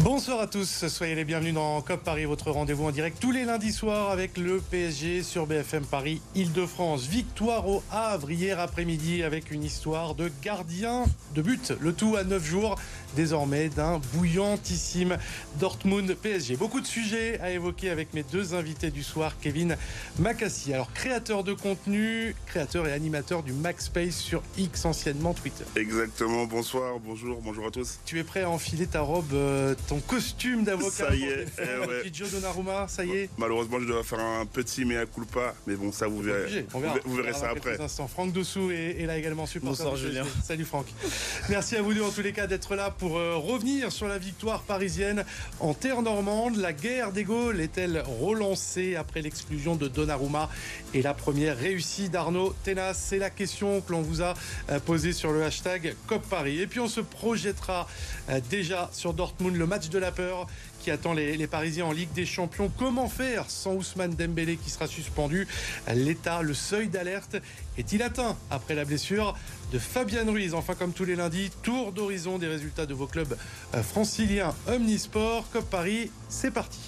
Bonsoir à tous, soyez les bienvenus dans COP Paris, votre rendez-vous en direct tous les lundis soirs avec le PSG sur BFM Paris Île-de-France. Victoire au Havre hier après-midi avec une histoire de gardien de but, le tout à 9 jours désormais d'un bouillantissime Dortmund PSG. Beaucoup de sujets à évoquer avec mes deux invités du soir, Kevin Makassi. Alors créateur de contenu, créateur et animateur du MaxSpace sur X, anciennement Twitter. Exactement, bonsoir à tous. Tu es prêt à enfiler ta robe, ton costume d'avocat? Ça y est, ouais. Gio Donnarumma, ça y est. Malheureusement, je dois faire un petit mea culpa, mais bon, ça vous verrez. Vous verrez ça après. Franck Dossou est là également, supporter. Bonsoir Julien. Salut Franck. Merci à vous deux en tous les cas d'être là pour revenir sur la victoire parisienne en terre normande. La guerre des Gaules est-elle relancée après l'exclusion de Donnarumma et la première réussite d'Arnaud Tenas? C'est la question que l'on vous a posée sur le hashtag COP Paris. Et puis on se projettera déjà sur Dortmund, le match de la peur qui attend les Parisiens en Ligue des Champions. Comment faire sans Ousmane Dembélé qui sera suspendu? L'état, le seuil d'alerte est-il atteint après la blessure de Fabien Ruiz? Enfin, comme tous les lundis, tour d'horizon des résultats de vos clubs franciliens Omnisport. COP Paris, c'est parti.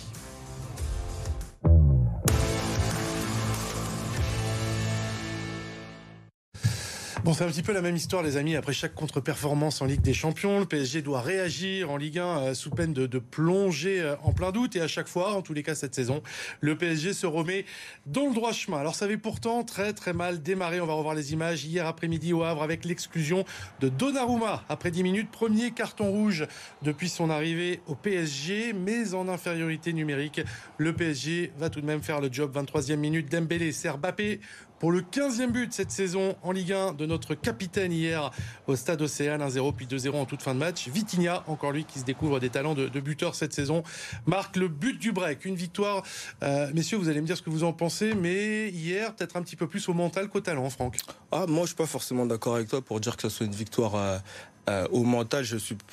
Bon, c'est un petit peu la même histoire, les amis. Après chaque contre-performance en Ligue des Champions, le PSG doit réagir en Ligue 1 sous peine de plonger en plein doute. Et à chaque fois, en tous les cas cette saison, le PSG se remet dans le droit chemin. Alors ça avait pourtant très très mal démarré. On va revoir les images hier après-midi au Havre avec l'exclusion de Donnarumma. Après 10 minutes, premier carton rouge depuis son arrivée au PSG. Mais en infériorité numérique, le PSG va tout de même faire le job. 23e minute, Dembélé sert Mbappé pour le 15e but cette saison en Ligue 1 de notre capitaine hier au stade Océane. 1-0 puis 2-0 en toute fin de match. Vitinha, encore lui qui se découvre des talents de buteur cette saison, marque le but du break. Une victoire, messieurs, vous allez me dire ce que vous en pensez, mais hier peut-être un petit peu plus au mental qu'au talent, Franck. Moi je suis pas forcément d'accord avec toi pour dire que ce soit une victoire au mental.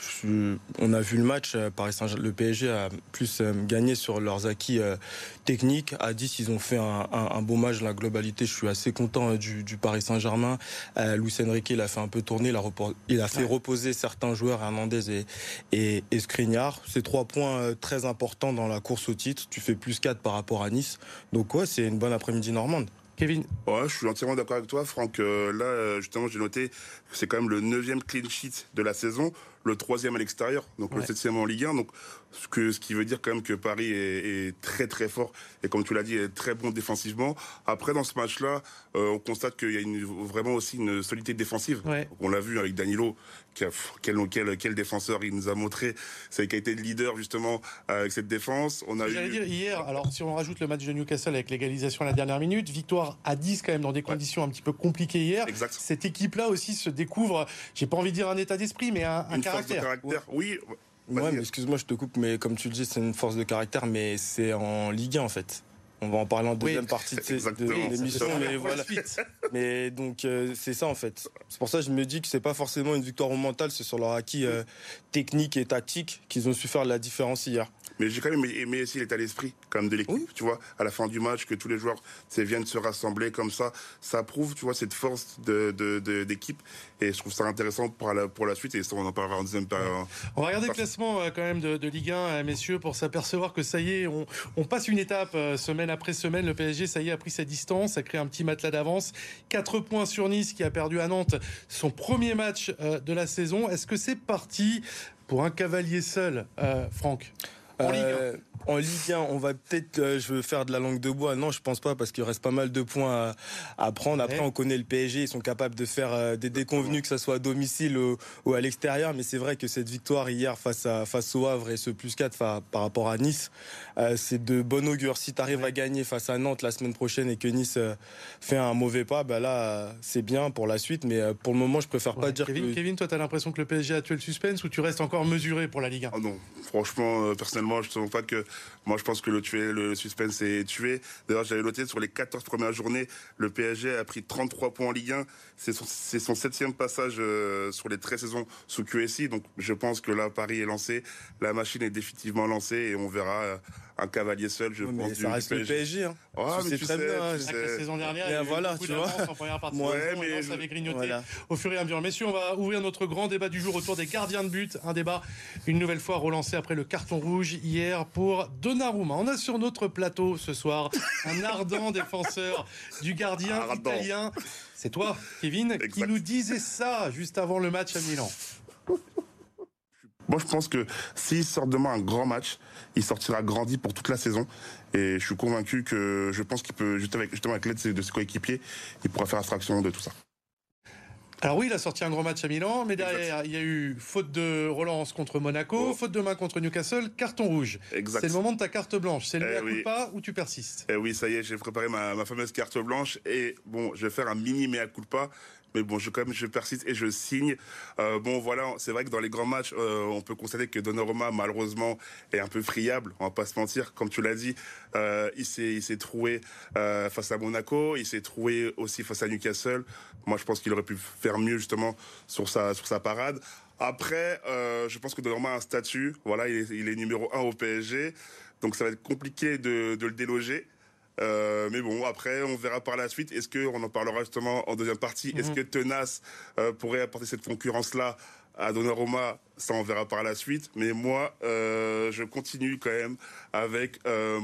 On a vu le match, le PSG a plus gagné sur leurs acquis techniques. À 10, ils ont fait un beau match. La globalité, je suis assez content du Paris Saint-Germain. Luis Enrique, il a fait un peu tourner, il a fait reposer certains joueurs, Hernandez et Skriniar. C'est 3 points très importants dans la course au titre. Tu fais plus 4 par rapport à Nice. Donc ouais, c'est une bonne après-midi normande. Kevin? Ouais, je suis entièrement d'accord avec toi, Franck. Là, justement, j'ai noté que c'est quand même le 9e clean sheet de la saison, le 3e à l'extérieur, donc le 7e en Ligue 1. Donc, ce qui veut dire quand même que Paris est très très fort et, comme tu l'as dit, est très bon défensivement. Après, dans ce match-là, on constate qu'il y a vraiment aussi une solidité défensive. Ouais. On l'a vu avec Danilo, quel défenseur il nous a montré sa qualité de leader justement avec cette défense. J'allais dire hier, alors si on rajoute le match de Newcastle avec l'égalisation à la dernière minute, victoire à 10 quand même dans des conditions un petit peu compliquées hier. Exact. Cette équipe-là aussi se découvre, j'ai pas envie de dire un état d'esprit, mais un caractère. Force de caractère, oui. Ouais, mais excuse-moi, je te coupe, mais comme tu le dis, c'est une force de caractère, mais c'est en Ligue 1 en fait. On va en parler en deuxième partie de l'émission, mais voilà. Mais donc c'est ça en fait. C'est pour ça que je me dis que c'est pas forcément une victoire au mental, c'est sur leur acquis technique et tactique qu'ils ont su faire la différence hier. Mais j'ai quand même aimé aussi l'état d'esprit quand même de l'équipe, tu vois, à la fin du match, que tous les joueurs viennent se rassembler comme ça. Ça prouve, tu vois, cette force d'équipe. Et je trouve ça intéressant pour la suite. Et ça, on en parlera en deuxième période. On va regarder le classement quand même de Ligue 1, messieurs, pour s'apercevoir que ça y est, on passe une étape semaine après semaine. Le PSG, ça y est, a pris sa distance, a créé un petit matelas d'avance. 4 points sur Nice, qui a perdu à Nantes son premier match de la saison. Est-ce que c'est parti pour un cavalier seul, Franck? En Ligue 1, on va peut-être, je veux faire de la langue de bois. Non, je pense pas, parce qu'il reste pas mal de points à prendre. Après, on connaît le PSG, ils sont capables de faire des déconvenus, que ce soit à domicile ou à l'extérieur. Mais c'est vrai que cette victoire hier face au Havre et ce plus 4 par rapport à Nice, c'est de bon augure. Si tu arrives à gagner face à Nantes la semaine prochaine et que Nice fait un mauvais pas, là, c'est bien pour la suite. Mais pour le moment, je préfère pas dire Kevin, toi, tu as l'impression que le PSG a tué le suspense, ou tu restes encore mesuré pour la Ligue 1? Ah non, franchement, personnellement, je ne sens pas que... Moi, je pense que le suspense est tué. D'ailleurs, j'avais noté sur les 14 premières journées, le PSG a pris 33 points en Ligue 1. C'est son 7e passage sur les 13 saisons sous QSI. Donc, je pense que là, Paris est lancé. La machine est définitivement lancée et on verra un cavalier seul, je pense. Mais ça reste le PSG. Hein. Mais tu sais, la saison dernière, il y a eu beaucoup d'avance en première partie de saison, et ça avait grignoté au fur et à mesure. Messieurs, on va ouvrir notre grand débat du jour autour des gardiens de but. Un débat une nouvelle fois relancé après le carton rouge hier pour Donnarumma. On a sur notre plateau ce soir un ardent défenseur du gardien italien. C'est toi, Kevin, qui nous disait ça juste avant le match à Milan. Moi, je pense que s'il sort demain un grand match, il sortira grandi pour toute la saison. Et je suis convaincu que je pense qu'il peut, justement avec l'aide de ses coéquipiers, il pourra faire abstraction de tout ça. Alors oui, il a sorti un grand match à Milan, mais derrière, il y a eu faute de relance contre Monaco, faute de main contre Newcastle, carton rouge. Exact. C'est le moment de ta carte blanche. C'est le mea culpa ou tu persistes? Oui, ça y est, j'ai préparé ma fameuse carte blanche. Et bon, je vais faire un mini mea culpa. Mais bon, je persiste et je signe. C'est vrai que dans les grands matchs, on peut constater que Donnarumma, malheureusement, est un peu friable. On va pas se mentir. Comme tu l'as dit, il s'est troué face à Monaco. Il s'est troué aussi face à Newcastle. Moi, je pense qu'il aurait pu faire mieux, justement, sur sa parade. Après, je pense que Donnarumma a un statut. Voilà, il est numéro 1 au PSG. Donc, ça va être compliqué de le déloger. Mais bon, après, on verra par la suite. Est-ce qu'on en parlera justement en deuxième partie? Est-ce que Tenas pourrait apporter cette concurrence-là à Donnarumma? Ça, on verra par la suite. Mais moi, je continue quand même avec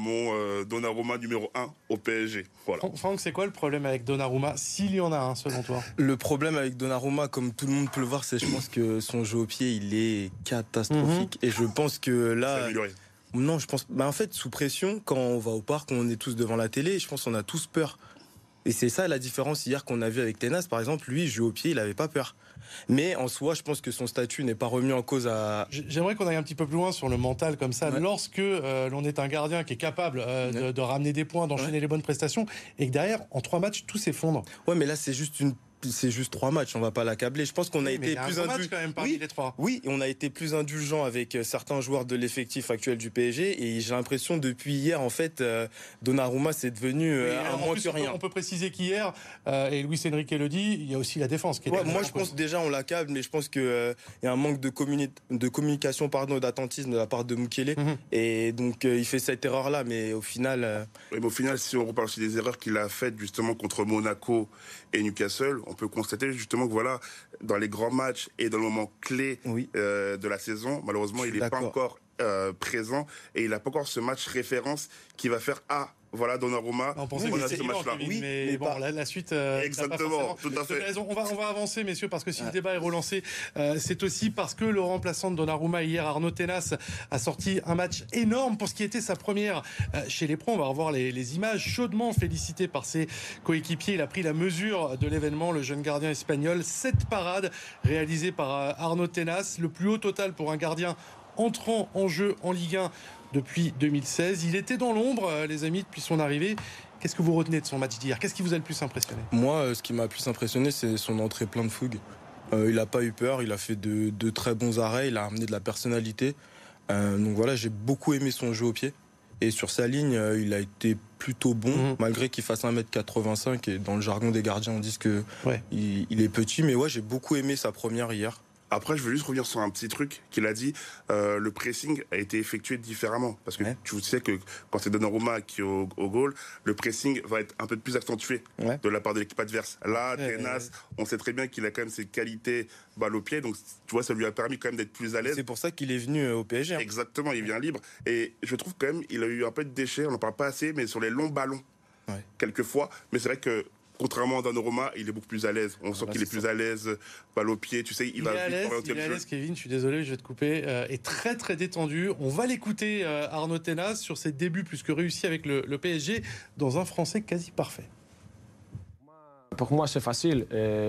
mon Donnarumma numéro 1 au PSG. Voilà. Franck, c'est quoi le problème avec Donnarumma, s'il y en a un, selon toi? Le problème avec Donnarumma, comme tout le monde peut le voir, c'est je pense que son jeu au pied, il est catastrophique. Et je pense que là... Non, je pense. En fait, sous pression, quand on va au parc, on est tous devant la télé, je pense qu'on a tous peur. Et c'est ça la différence hier qu'on a vu avec Tenas, par exemple. Lui, il joue au pied, il n'avait pas peur. Mais en soi, je pense que son statut n'est pas remis en cause à... J'aimerais qu'on aille un petit peu plus loin sur le mental comme ça. Ouais. Lorsque l'on est un gardien qui est capable de ramener des points, d'enchaîner les bonnes prestations, et que derrière, en 3 matchs, tout s'effondre. Ouais, mais là, c'est juste 3 matchs, on va pas l'accabler. Je pense qu'on a été plus indulgent quand même parmi les 3. Oui, on a été plus indulgent avec certains joueurs de l'effectif actuel du PSG et j'ai l'impression depuis hier en fait Donnarumma c'est devenu un moins que rien. On peut préciser qu'hier et Luis Enrique le dit, il y a aussi la défense qui est moi je pense déjà on l'accable mais je pense que il y a un manque de communication et d'attentisme de la part de Mukiele et donc il fait cette erreur là mais au final si on reparle aussi des erreurs qu'il a faites justement contre Monaco et Newcastle, on peut constater justement que voilà, dans les grands matchs et dans le moment clé de la saison, malheureusement, il n'est pas encore présent et il n'a pas encore ce match référence qui va faire voilà Donnarumma. On pensait que c'était ce match-là. Oui, mais bon, la suite. Exactement, tout à fait. On va avancer, messieurs, parce que si le débat est relancé, c'est aussi parce que le remplaçant de Donnarumma hier, Arnaud Tenas, a sorti un match énorme pour ce qui était sa première chez les pros. On va revoir les images, chaudement félicité par ses coéquipiers. Il a pris la mesure de l'événement, le jeune gardien espagnol. 7 parades réalisées par Arnaud Tenas, le plus haut total pour un gardien entrant en jeu en Ligue 1 depuis 2016. Il était dans l'ombre, les amis, depuis son arrivée. Qu'est-ce que vous retenez de son match d'hier? Qu'est-ce qui vous a le plus impressionné? Moi, ce qui m'a le plus impressionné, c'est son entrée plein de fougue. Il n'a pas eu peur, il a fait de très bons arrêts, il a amené de la personnalité. Donc voilà, j'ai beaucoup aimé son jeu au pied. Et sur sa ligne, il a été plutôt bon, malgré qu'il fasse 1m85. Et dans le jargon des gardiens, on dit qu'il est petit. Mais ouais, j'ai beaucoup aimé sa première hier. Après, je veux juste revenir sur un petit truc qu'il a dit. Le pressing a été effectué différemment. Parce que tu sais que quand c'est Donnarumma qui est au goal, le pressing va être un peu plus accentué de la part de l'équipe adverse. Là, Tenas, on sait très bien qu'il a quand même ses qualités balle au pied. Donc, tu vois, ça lui a permis quand même d'être plus à l'aise. C'est pour ça qu'il est venu au PSG. Exactement, il vient libre. Et je trouve quand même qu'il a eu un peu de déchets. On n'en parle pas assez, mais sur les longs ballons, quelquefois. Mais c'est vrai que contrairement à Donnarumma, il est beaucoup plus à l'aise. On sent qu'il est plus à l'aise, balle au pied, tu sais, il va vite orienter le jeu. Il est à l'aise, Kevin, je suis désolé, je vais te couper, est très très détendu. On va l'écouter, Arnaud Tenas, sur ses débuts plus que réussis avec le PSG, dans un français quasi parfait. Pour moi, c'est facile.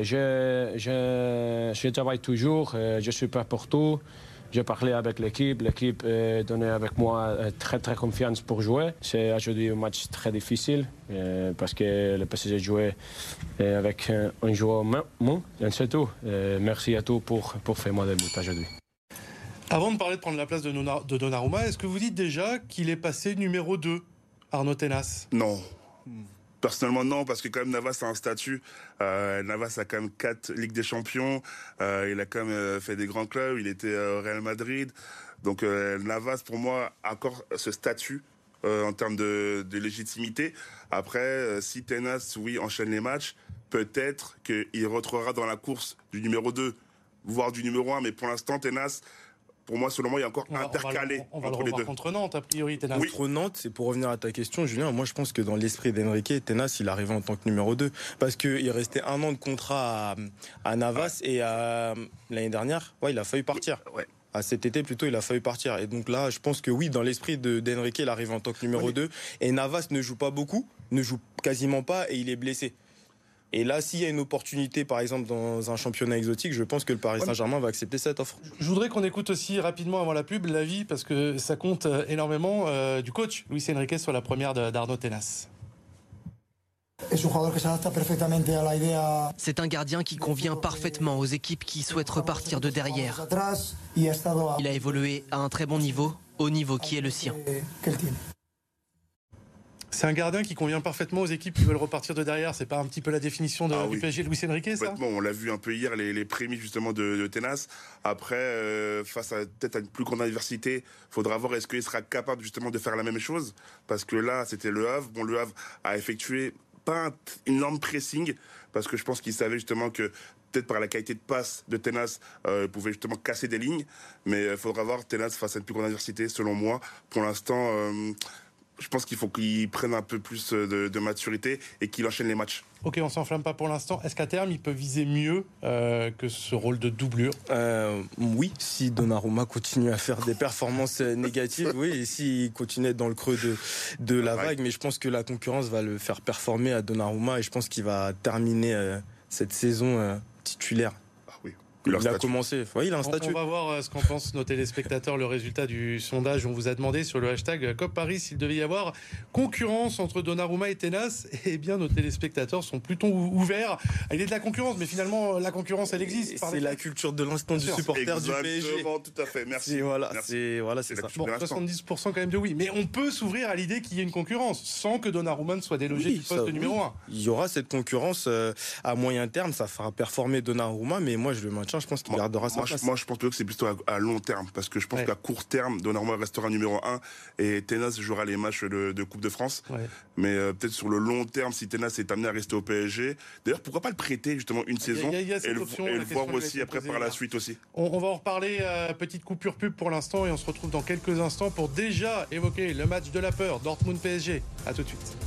Je travaille toujours, je suis prêt pour tout. J'ai parlé avec l'équipe donnait avec moi très très confiance pour jouer. C'est aujourd'hui un match très difficile parce que le PSG jouait avec un joueur moins, c'est tout. Merci à tous pour faire moi des buts aujourd'hui. Avant de parler de prendre la place de Donnarumma, est-ce que vous dites déjà qu'il est passé numéro 2, Arnaud Tenas? Non. Personnellement, non, parce que quand même Navas a un statut. Navas a quand même 4 Ligues des Champions. Il a quand même fait des grands clubs. Il était au Real Madrid. Donc Navas, pour moi, a encore ce statut en termes de légitimité. Après, si Tenas, oui, enchaîne les matchs, peut-être qu'il retrouvera dans la course du numéro 2, voire du numéro 1. Mais pour l'instant, Tenas, pour moi, selon moi, il y a encore intercalé on va entre le les revoir deux. contre Nantes, a priori, Tenas. Oui. Contre Nantes, c'est pour revenir à ta question, Julien. Moi, je pense que dans l'esprit d'Enrique, Tenas, il arrivait en tant que numéro 2. Parce qu'il restait 1 an de contrat à Navas et l'année dernière, il a failli partir. Ouais. À cet été, plutôt, il a failli partir. Et donc là, je pense que oui, dans l'esprit d'Enrique, il arrive en tant que numéro 2. Et Navas ne joue pas beaucoup, ne joue quasiment pas et il est blessé. Et là, s'il y a une opportunité, par exemple, dans un championnat exotique, je pense que le Paris Saint-Germain va accepter cette offre. Je voudrais qu'on écoute aussi rapidement avant la pub l'avis, parce que ça compte énormément, du coach Luis Enrique sur la première d'Arnaud Tenas. C'est un gardien qui convient parfaitement aux équipes qui souhaitent repartir de derrière. Il a évolué à un très bon niveau, au niveau qui est le sien. C'est un gardien qui convient parfaitement aux équipes qui veulent repartir de derrière. C'est pas un petit peu la définition du PSG de Luis Enrique, ça? On l'a vu un peu hier, les prémices justement de Tenas. Après, face à peut-être à une plus grande adversité, faudra voir est-ce qu'il sera capable justement de faire la même chose. Parce que là, c'était Le Havre. Bon, Le Havre a effectué pas une énorme pressing, parce que je pense qu'il savait justement que peut-être par la qualité de passe de Tenas, pouvait justement casser des lignes. Mais il faudra voir Tenas face à une plus grande adversité, selon moi. Pour l'instant, je pense qu'il faut qu'il prenne un peu plus de maturité et qu'il enchaîne les matchs. Ok, on s'enflamme pas pour l'instant. Est-ce qu'à terme, il peut viser mieux que ce rôle de doublure? Oui, si Donnarumma continue à faire des performances négatives, oui, et s'il continue à être dans le creux de la vague. Mais je pense que la concurrence va le faire performer à Donnarumma et je pense qu'il va terminer cette saison titulaire. Il a commencé. Oui, il a un statut. On va voir ce qu'en pensent nos téléspectateurs, le résultat du sondage. On vous a demandé sur le hashtag COP Paris s'il devait y avoir concurrence entre Donnarumma et Tenas. Eh bien, nos téléspectateurs sont plutôt ouverts. Il y a de la concurrence, mais finalement, la concurrence, elle existe. C'est la culture de l'instant du supporter du PSG. Exactement, tout à fait. Merci. C'est ça. Bon, 70% quand même de oui. Mais on peut s'ouvrir à l'idée qu'il y ait une concurrence sans que Donnarumma ne soit délogé du poste numéro 1. Il y aura cette concurrence à moyen terme. Ça fera performer Donnarumma, mais moi, je le maintiens. Je pense qu'il gardera sa place. Moi, je pense que c'est plutôt à long terme, parce que je pense qu'à court terme, Donnarumma restera numéro 1 et Tenas jouera les matchs de Coupe de France. Mais peut-être sur le long terme, si Tenas est amené à rester au PSG, d'ailleurs, pourquoi pas le prêter justement une saison et le voir aussi après par la suite aussi. On va en reparler, petite coupure pub pour l'instant, et on se retrouve dans quelques instants pour déjà évoquer le match de la peur, Dortmund-PSG. À tout de suite.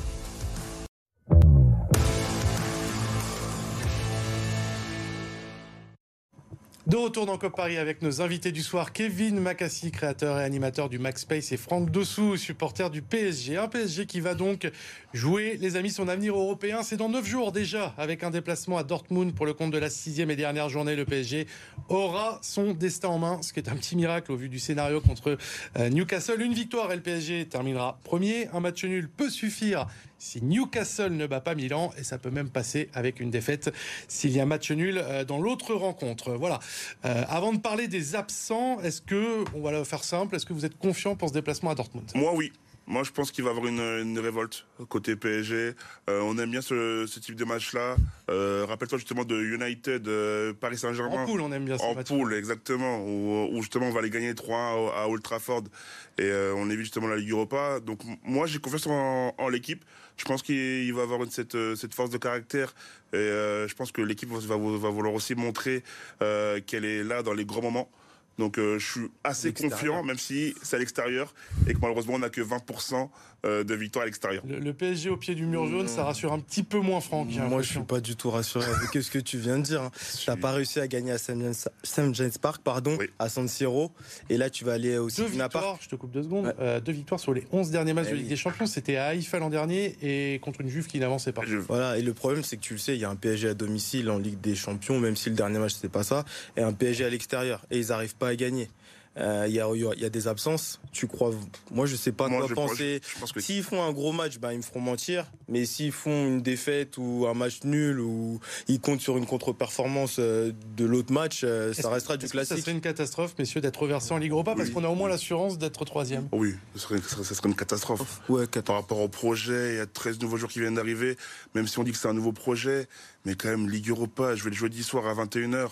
De retour dans COP Paris avec nos invités du soir, Kevin Makassi, créateur et animateur du Max Space, et Franck Dossou, supporter du PSG. Un PSG qui va donc jouer, les amis, son avenir européen. C'est dans 9 jours déjà, avec un déplacement à Dortmund pour le compte de la 6e et dernière journée. Le PSG aura son destin en main, ce qui est un petit miracle au vu du scénario contre Newcastle. Une victoire et le PSG terminera premier. Un match nul peut suffire si Newcastle ne bat pas Milan, et ça peut même passer avec une défaite s'il y a match nul dans l'autre rencontre. Voilà. Avant de parler des absents, est-ce que, on va le faire simple, est-ce que vous êtes confiant pour ce déplacement à Dortmund? Moi, oui. Moi, je pense qu'il va y avoir une révolte côté PSG. On aime bien ce type de match-là. Rappelle-toi justement de United, Paris Saint-Germain. En poule, on aime bien ça. En poule, exactement. Où justement, on va aller gagner 3-1 à Old Trafford. Et on évite justement la Ligue Europa. Donc, moi, j'ai confiance en l'équipe. Je pense qu'il va avoir cette force de caractère. Et je pense que l'équipe va vouloir aussi montrer qu'elle est là dans les grands moments. Donc je suis assez confiant, même si c'est à l'extérieur et que malheureusement on n'a que 20% de victoire à l'extérieur. Le PSG au pied du mur jaune, ça rassure un petit peu moins Franck. Moi je suis pas du tout rassuré avec ce que tu viens de dire. T'as pas réussi à gagner à St. James Park, à San Siro, et là tu vas aller au Citizens Park. Je te coupe 2 secondes. 2 victoires sur les 11 derniers matchs de Ligue des Champions. C'était à Haïfa l'an dernier et contre une Juve qui n'avançait pas. Voilà, et le problème c'est que tu le sais, il y a un PSG à domicile en Ligue des Champions, même si le dernier match c'était pas ça, et un PSG à l'extérieur, et ils arrivent pas à gagner. Il y a des absences. Tu crois? Moi, je sais pas quoi penser. S'ils font un gros match, ils me feront mentir. Mais s'ils font une défaite ou un match nul ou ils comptent sur une contre-performance de l'autre match, ça restera du classique. Ça serait une catastrophe, messieurs, d'être reversé en Ligue Europa parce qu'on a au moins l'assurance d'être 3e. Oui, ça serait une catastrophe. Par rapport au projet, il y a 13 nouveaux joueurs qui viennent d'arriver. Même si on dit que c'est un nouveau projet, mais quand même Ligue Europa, je vais le jeudi soir à 21h.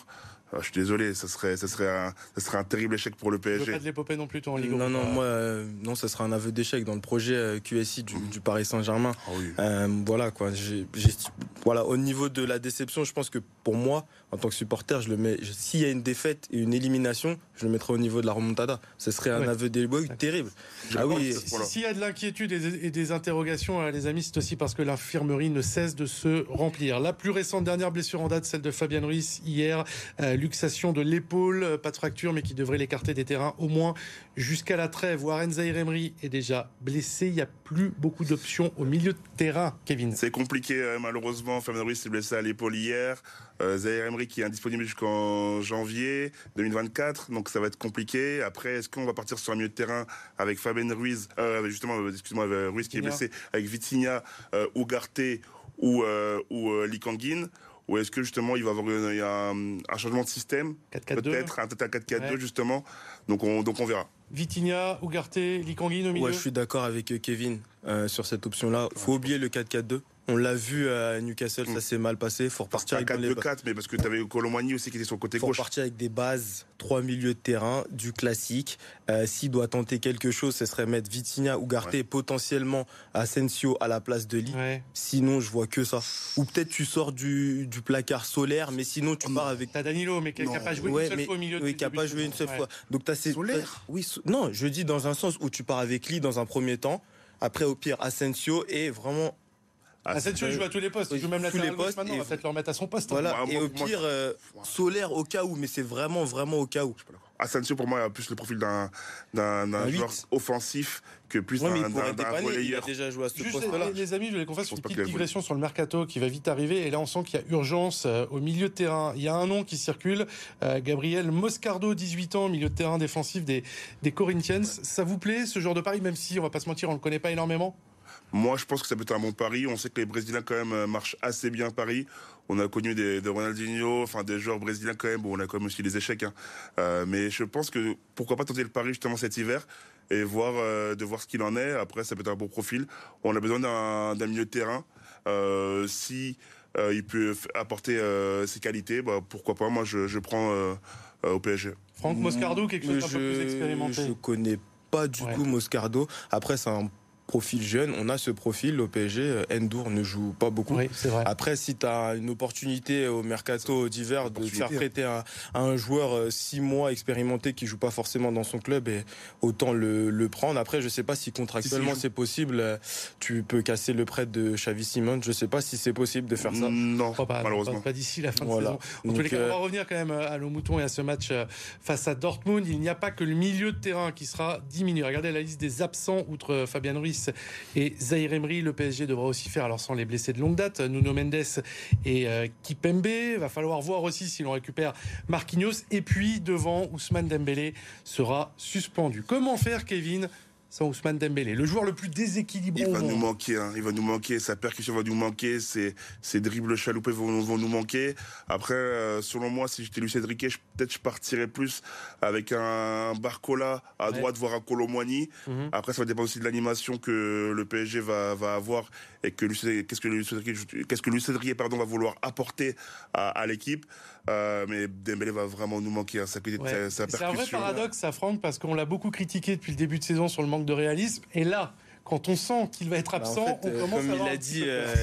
je suis désolé, ça serait un terrible échec pour le PSG. Tu veux pas de l'épopée non plus, toi, en Ligue 1? Non, ça sera un aveu d'échec dans le projet QSI du Paris Saint-Germain. Ah oui. Voilà, quoi. Voilà, au niveau de la déception, je pense que pour moi, en tant que supporter, s'il y a une défaite et une élimination, je le mettrai au niveau de la remontada. Ce serait un aveu d'échec terrible. S'il y a de l'inquiétude et des interrogations, les amis, c'est aussi parce que l'infirmerie ne cesse de se remplir. La plus récente dernière blessure en date, celle de Fabian Ruiz hier, luxation de l'épaule, pas de fracture, mais qui devrait l'écarter des terrains au moins jusqu'à la trêve. Warren Zaïre-Emery est déjà blessé. Il n'y a plus beaucoup d'options au milieu de terrain, Kevin. C'est compliqué, malheureusement. Fabian Ruiz s'est blessé à l'épaule hier. Zaïre-Emery qui est indisponible jusqu'en janvier 2024, donc ça va être compliqué. Après, est-ce qu'on va partir sur un milieu de terrain avec Fabian Ruiz, Ruiz qui est blessé, avec Vitinha, Ugarte ou Lee Kang-in? Ou est-ce que justement il va y avoir un changement de système, 4-4-2. peut-être un 4-4-2 justement. Donc on verra. Vitinha, Ugarte, Lee Kang-in au milieu. Ouais, je suis d'accord avec Kevin sur cette option-là. Faut oublier le 4-4-2. On l'a vu à Newcastle, ça s'est mal passé. Faut repartir avec 4-2-4, mais parce que tu avais Kolo Muani aussi qui était sur le côté gauche. Faut repartir avec des bases, 3 milieux de terrain, du classique. S'il doit tenter quelque chose, ce serait mettre Vitinha, Ugarte et potentiellement Asensio à la place de Lee. Ouais. Sinon, je vois que ça. Ou peut-être tu sors du placard solaire, mais sinon tu pars avec. T'as Danilo, mais qui n'a pas joué une seule fois au milieu. Oui, qui n'a pas joué une seule fois. Donc t'as ces. Solaire. Oui, non, je dis dans un sens où tu pars avec Lee dans un premier temps. Après, au pire, Asensio et vraiment. Asensio joue à tous les postes, il joue même latéral gauche maintenant, on va peut-être le remettre à son poste. Voilà, et au pire, Solaire au cas où, mais c'est vraiment au cas où. Asensio pour moi a plus le profil d'un joueur offensif que plus d'un relayeur. Il a déjà joué à ce poste-là. Les amis, je les confesse, une petite digression sur le mercato qui va vite arriver, et là on sent qu'il y a urgence au milieu de terrain. Il y a un nom qui circule, Gabriel Moscardo, 18 ans, milieu de terrain défensif des Corinthians. Ça vous plaît ce genre de pari, même si on va pas se mentir, on le connaît pas énormément? Moi, je pense que ça peut être un bon pari. On sait que les Brésiliens, quand même, marchent assez bien à Paris. On a connu des Ronaldinho, enfin, des joueurs brésiliens, quand même. Bon, on a quand même aussi des échecs, mais je pense que pourquoi pas tenter le pari, justement, cet hiver et voir ce qu'il en est. Après, ça peut être un bon profil. On a besoin d'un milieu de terrain. Si il peut apporter ses qualités, pourquoi pas. Moi, je prends au PSG. Franck Moscardo, quelque chose d'un peu plus expérimenté. Je connais pas du tout Moscardo. Après, c'est un profil jeune, on a ce profil au PSG. Ndour ne joue pas beaucoup. Oui, c'est vrai. Après, si tu as une opportunité au mercato d'hiver de faire prêter à un joueur 6 mois expérimenté qui joue pas forcément dans son club, et autant le prendre. Après, je sais pas si contractuellement c'est possible. Tu peux casser le prêt de Xavi Simons. Je sais pas si c'est possible de faire ça. Non, pas, malheureusement. Pas d'ici la fin de saison. En tous les cas, on va revenir quand même à nos moutons et à ce match face à Dortmund. Il n'y a pas que le milieu de terrain qui sera diminué. Regardez la liste des absents outre Fabian Ruiz et Zaïre-Emery. Le PSG devra aussi faire, alors sans les blessés de longue date, Nuno Mendes et Kipembe. Va falloir voir aussi si l'on récupère Marquinhos. Et puis devant, Ousmane Dembélé sera suspendu. Comment faire, Kevin, sans Ousmane Dembélé, le joueur le plus déséquilibré au monde? Il va nous manquer, sa percussion va nous manquer, ses dribbles chaloupés vont nous manquer. Après, selon moi, si j'étais Luis Enrique, peut-être je partirais plus avec un Barcola à droite, voire un Kolo Muani. Après, ça va dépendre aussi de l'animation que le PSG va avoir et qu'est-ce que Luis Enrique va vouloir apporter à l'équipe. Mais Dembélé va vraiment nous manquer, sa percussion. C'est un vrai paradoxe, ça, Franck, parce qu'on l'a beaucoup critiqué depuis le début de saison sur le manque de réalisme. Et là, quand on sent qu'il va être absent, en fait, on commence comme à voir il a dit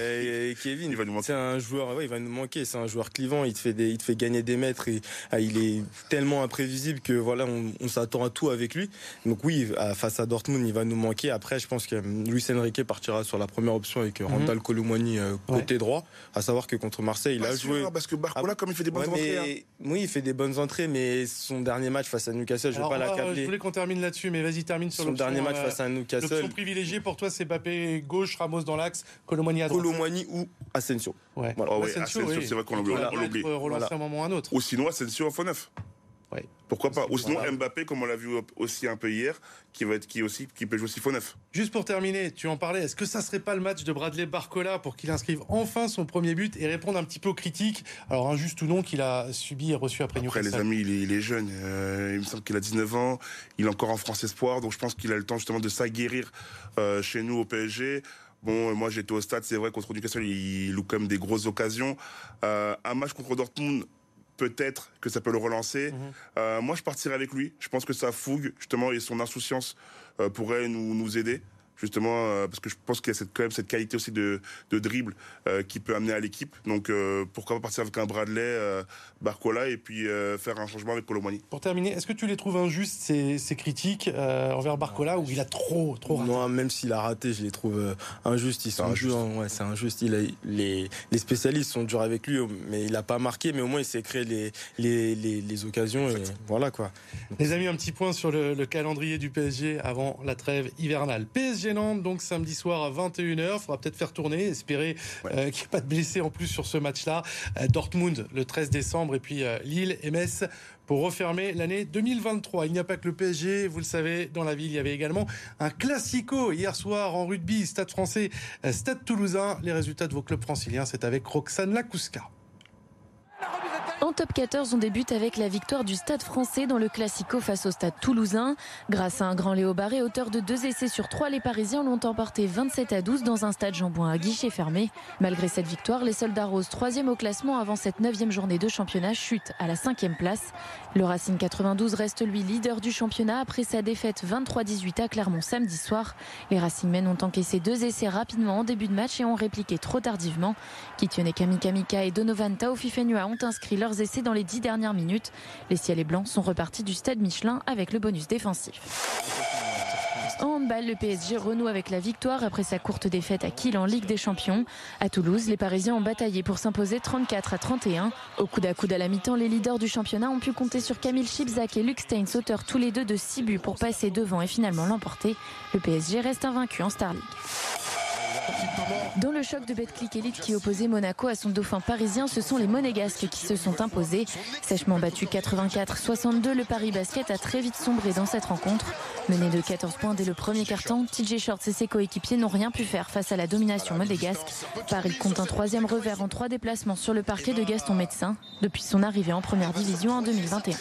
Kevin, il va nous manquer. C'est un joueur, il va nous manquer. C'est un joueur clivant, il te fait gagner des mètres et il est tellement imprévisible que voilà, on s'attend à tout avec lui. Donc oui, face à Dortmund, il va nous manquer. Après, je pense que Luis Enrique partira sur la première option avec Randal Kolo Muani côté droit. À savoir que contre Marseille, il a joué. Parce que Barcola, comme il fait des bonnes entrées. Oui, il fait des bonnes entrées, mais son dernier match face à Newcastle, je vais pas l'accabler. Je voulais qu'on termine là-dessus, mais vas-y, termine sur son dernier match face à Newcastle. L'option privilégiée pour toi, c'est Mbappé gauche, Ramos dans l'axe, Kolo Muani à droite. Kolo Muani ou Asensio. Ouais. Voilà. Asensio, c'est vrai qu'on l'oublie. Relancer à un moment ou à un autre. Ou sinon Asensio en faux neuf. Ouais. Pourquoi pas? Ou sinon Mbappé, comme on l'a vu aussi un peu hier, qui peut jouer aussi faux neuf. Juste pour terminer, tu en parlais, est-ce que ça serait pas le match de Bradley Barcola pour qu'il inscrive enfin son premier but et répondre un petit peu aux critiques, alors injustes ou non, qu'il a subi et reçu après Newcastle? Les amis, il est jeune, il me semble qu'il a 19 ans, il est encore en France Espoir, donc je pense qu'il a le temps justement de s'aguerrir chez nous au PSG. Bon, moi j'étais au stade, c'est vrai, contre Newcastle, il loupe quand même des grosses occasions. Un match contre Dortmund, peut-être que ça peut le relancer. Moi, je partirais avec lui. Je pense que sa fougue, justement, et son insouciance pourraient nous aider. Justement, parce que je pense qu'il y a quand même cette qualité aussi de dribble qui peut amener à l'équipe. Donc, pourquoi pas partir avec un Bradley, Barcola, et puis faire un changement avec Kolo Muani. Pour terminer, est-ce que tu les trouves injustes, ces critiques envers Barcola, où il a trop raté? Non, même s'il a raté, je les trouve injustes. Ils sont durs, ouais, c'est injuste. Les spécialistes sont durs avec lui, mais il n'a pas marqué, mais au moins il s'est créé les occasions. Et voilà, quoi. Les amis, un petit point sur le calendrier du PSG avant la trêve hivernale. PSG Nantes, donc samedi soir à 21h. Il faudra peut-être faire tourner, espérer qu'il n'y ait pas de blessés en plus sur ce match-là. Dortmund le 13 décembre et puis Lille et Metz pour refermer l'année 2023. Il n'y a pas que le PSG, vous le savez, dans la ville, il y avait également un classico hier soir en rugby, Stade Français, Stade Toulousain. Les résultats de vos clubs franciliens, c'est avec Roxane Lakouska. En top 14, on débute avec la victoire du Stade Français dans le Classico face au Stade Toulousain. Grâce à un grand Léo Barré, auteur de 2 essais sur 3, les Parisiens l'ont emporté 27-12 dans un stade Jean-Bouin à guichet fermé. Malgré cette victoire, les Soldats Roses, 3e au classement avant cette 9e journée de championnat, chutent à la 5e place. Le Racing 92 reste lui leader du championnat après sa défaite 23-18 à Clermont samedi soir. Les Racingmen ont encaissé 2 essais rapidement en début de match et ont répliqué trop tardivement. Kitione Kamika et Donovan Taofifenua ont inscrit leurs essais dans les 10 dernières minutes. Les ciels et blancs sont repartis du stade Michelin avec le bonus défensif. En handball, le PSG renoue avec la victoire après sa courte défaite à Kiel en Ligue des Champions. À Toulouse, les Parisiens ont bataillé pour s'imposer 34-31. Au coude à coude à la mi-temps, les leaders du championnat ont pu compter sur Camille Chibzak et Luc Steins, auteurs tous les deux de 6 buts pour passer devant et finalement l'emporter. Le PSG reste invaincu en Star League. Dans le choc de Betclic Elite qui opposait Monaco à son dauphin parisien, ce sont les Monégasques qui se sont imposés. Sèchement battu 84-62, le Paris Basket a très vite sombré dans cette rencontre. Mené de 14 points dès le premier quart-temps, TJ Shorts et ses coéquipiers n'ont rien pu faire face à la domination monégasque. Paris compte un 3e revers en 3 déplacements sur le parquet de Gaston Médecin depuis son arrivée en première division en 2021.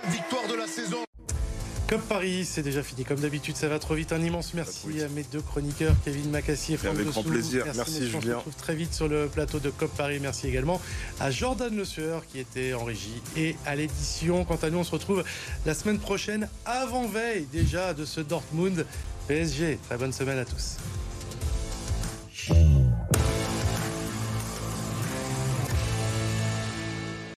Comme Paris, c'est déjà fini. Comme d'habitude, ça va trop vite. Un immense merci à mes 2 chroniqueurs, Kevin Macassi et Franck Avec grand plaisir. Merci Julien. On se retrouve très vite sur le plateau de COP Paris. Merci également à Jordan Le Sueur qui était en régie et à l'édition. Quant à nous, on se retrouve la semaine prochaine, avant-veille déjà de ce Dortmund PSG. Très bonne semaine à tous.